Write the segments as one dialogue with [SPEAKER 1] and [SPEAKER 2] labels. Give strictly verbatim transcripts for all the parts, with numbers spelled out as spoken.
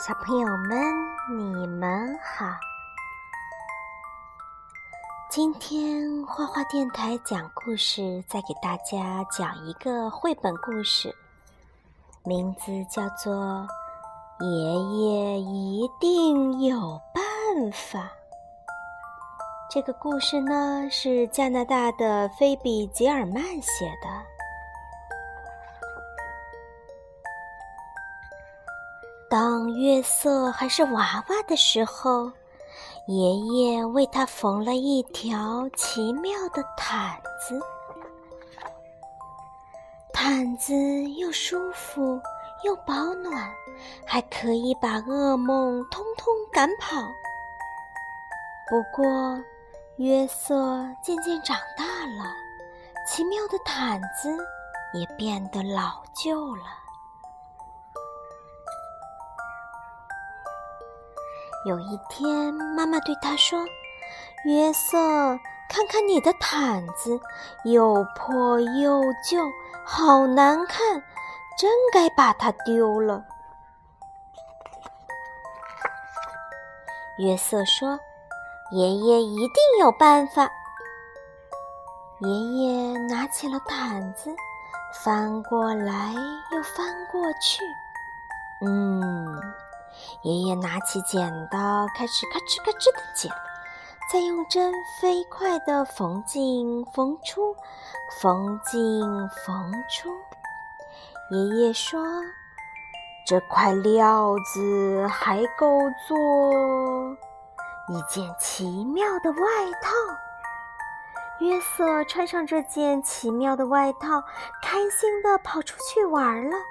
[SPEAKER 1] 小朋友们，你们好！今天花花电台讲故事，再给大家讲一个绘本故事，名字叫做《爷爷一定有办法》。这个故事呢，是加拿大的菲比·吉尔曼写的。当约瑟还是娃娃的时候，爷爷为他缝了一条奇妙的毯子。毯子又舒服又保暖，还可以把噩梦通通赶跑。不过，约瑟渐渐长大了，奇妙的毯子也变得老旧了。有一天，妈妈对他说：“约瑟，看看你的毯子，又破又旧，好难看，真该把它丢了。”约瑟说：“爷爷一定有办法。”爷爷拿起了毯子，翻过来又翻过去。嗯。爷爷拿起剪刀，开始咔哧咔哧地剪，再用针飞快地缝进缝出，缝进缝出。爷爷说：“这块料子还够做一件奇妙的外套。”约瑟穿上这件奇妙的外套，开心地跑出去玩了。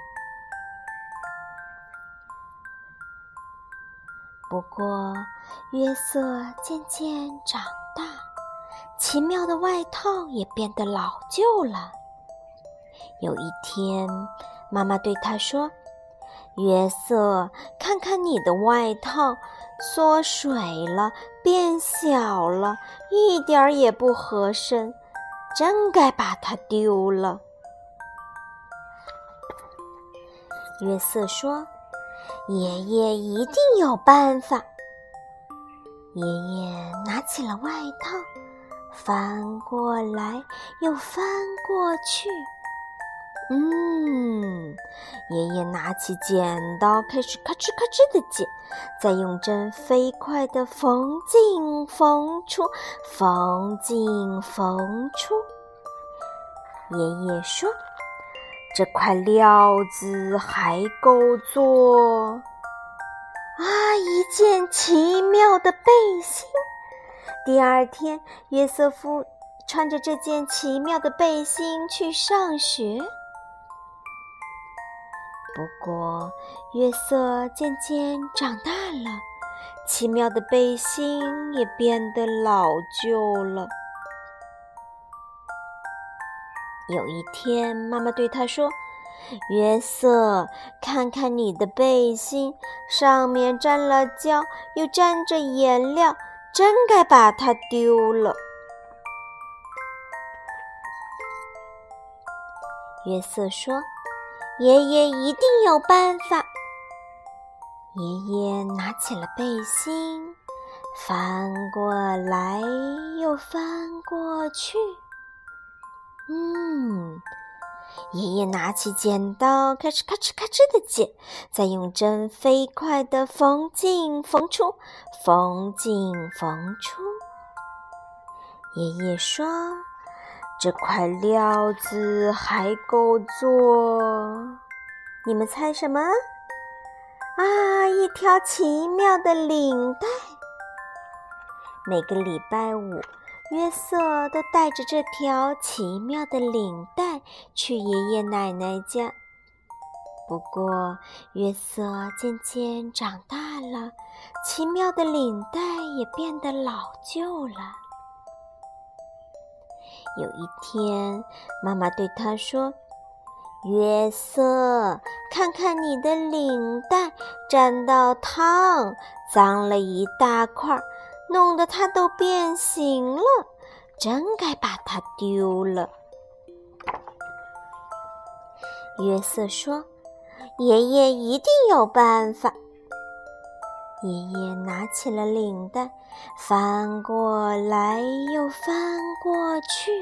[SPEAKER 1] 不过，约瑟渐渐长大，奇妙的外套也变得老旧了。有一天，妈妈对他说：“约瑟，看看你的外套，缩水了，变小了，一点儿也不合身，真该把它丢了。”约瑟说：“爷爷一定有办法。”爷爷拿起了外套，翻过来又翻过去。嗯，爷爷拿起剪刀，开始咔哧咔哧地剪，再用针飞快地缝进缝出，缝进缝出。爷爷说：“这块料子还够做啊一件奇妙的背心。”第二天，约瑟夫穿着这件奇妙的背心去上学。不过，约瑟渐渐长大了，奇妙的背心也变得老旧了。有一天，妈妈对他说：“约瑟，看看你的背心，上面沾了胶，又沾着颜料，真该把它丢了。”约瑟说：“爷爷一定有办法。”爷爷拿起了背心，翻过来又翻过去。嗯，爷爷拿起剪刀，开始咔哧咔哧地剪，再用针飞快地缝进缝出，缝进缝出。爷爷说：“这块料子还够做……”你们猜什么？啊，一条奇妙的领带。每个礼拜五，约瑟都带着这条奇妙的领带去爷爷奶奶家。不过，约瑟渐渐长大了，奇妙的领带也变得老旧了。有一天，妈妈对他说：“约瑟，看看你的领带，沾到汤，脏了一大块，弄得它都变形了，真该把它丢了。”约瑟说：“爷爷一定有办法。” 爷爷拿起了领带，翻过来又翻过去。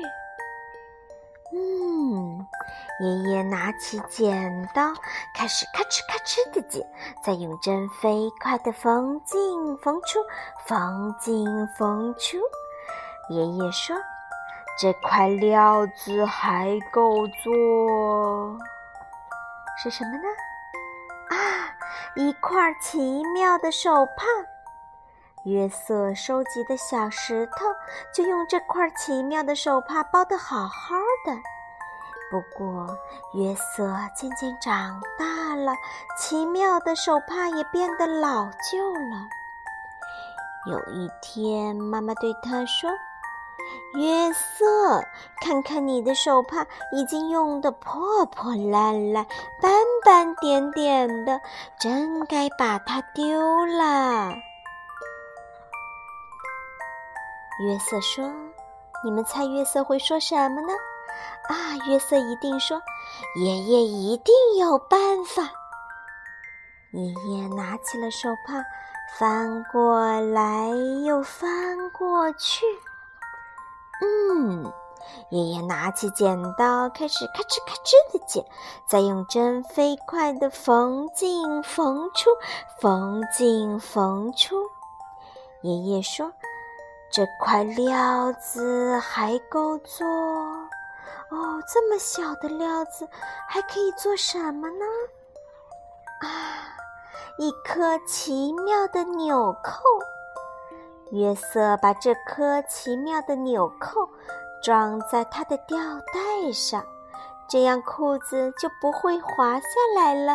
[SPEAKER 1] 嗯，爷爷拿起剪刀，开始咔哧咔哧地剪，再用针飞快地缝进缝出，缝进缝出。爷爷说：“这块料子还够做。”是什么呢？啊，一块奇妙的手帕。约瑟收集的小石头就用这块奇妙的手帕包得好好的。不过约瑟渐渐长大了，奇妙的手帕也变得老旧了。有一天，妈妈对他说：“约瑟，看看你的手帕已经用得破破烂烂、斑斑点点的，真该把它丢了。”约瑟说：“你们猜约瑟会说什么呢？”啊，约瑟一定说：“爷爷一定有办法。”爷爷拿起了手帕，翻过来又翻过去。嗯，爷爷拿起剪刀，开始咔哧咔哧地剪，再用针飞快地缝进缝出，缝进缝出。爷爷说：“这块料子还够做。”哦，这么小的料子还可以做什么呢？啊，一颗奇妙的纽扣。约瑟把这颗奇妙的纽扣装在他的吊带上，这样裤子就不会滑下来了。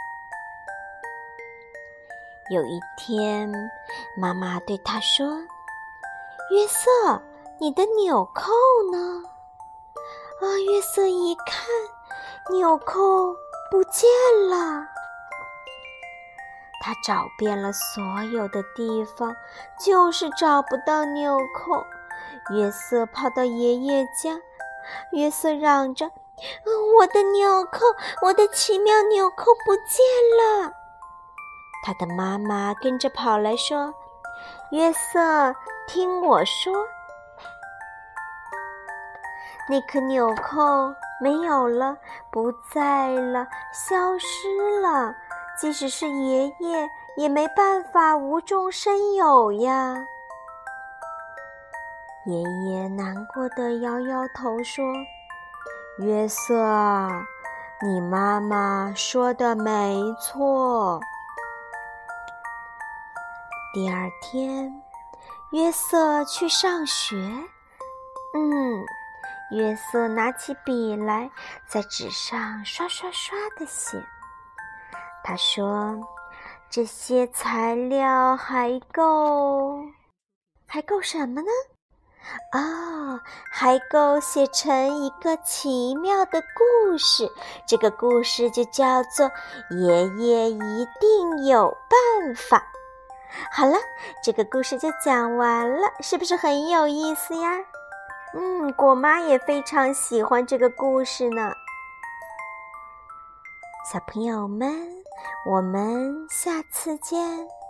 [SPEAKER 1] 有一天，妈妈对他说：“约瑟，你的纽扣呢？”啊，约瑟一看，纽扣不见了。他找遍了所有的地方，就是找不到纽扣。约瑟跑到爷爷家，约瑟嚷着：“嗯，我的纽扣，我的奇妙纽扣不见了！”他的妈妈跟着跑来说：“约瑟，听我说。”那颗纽扣没有了，不在了，消失了。即使是爷爷，也没办法无中生有呀。爷爷难过地摇摇头说：“约瑟啊，你妈妈说的没错。”第二天，约瑟去上学。嗯。约瑟拿起笔来，在纸上刷刷刷地写。他说：“这些材料还够，还够什么呢？哦，还够写成一个奇妙的故事。这个故事就叫做‘爷爷一定有办法’。好了，这个故事就讲完了，是不是很有意思呀？”嗯，果妈也非常喜欢这个故事呢。小朋友们，我们下次见。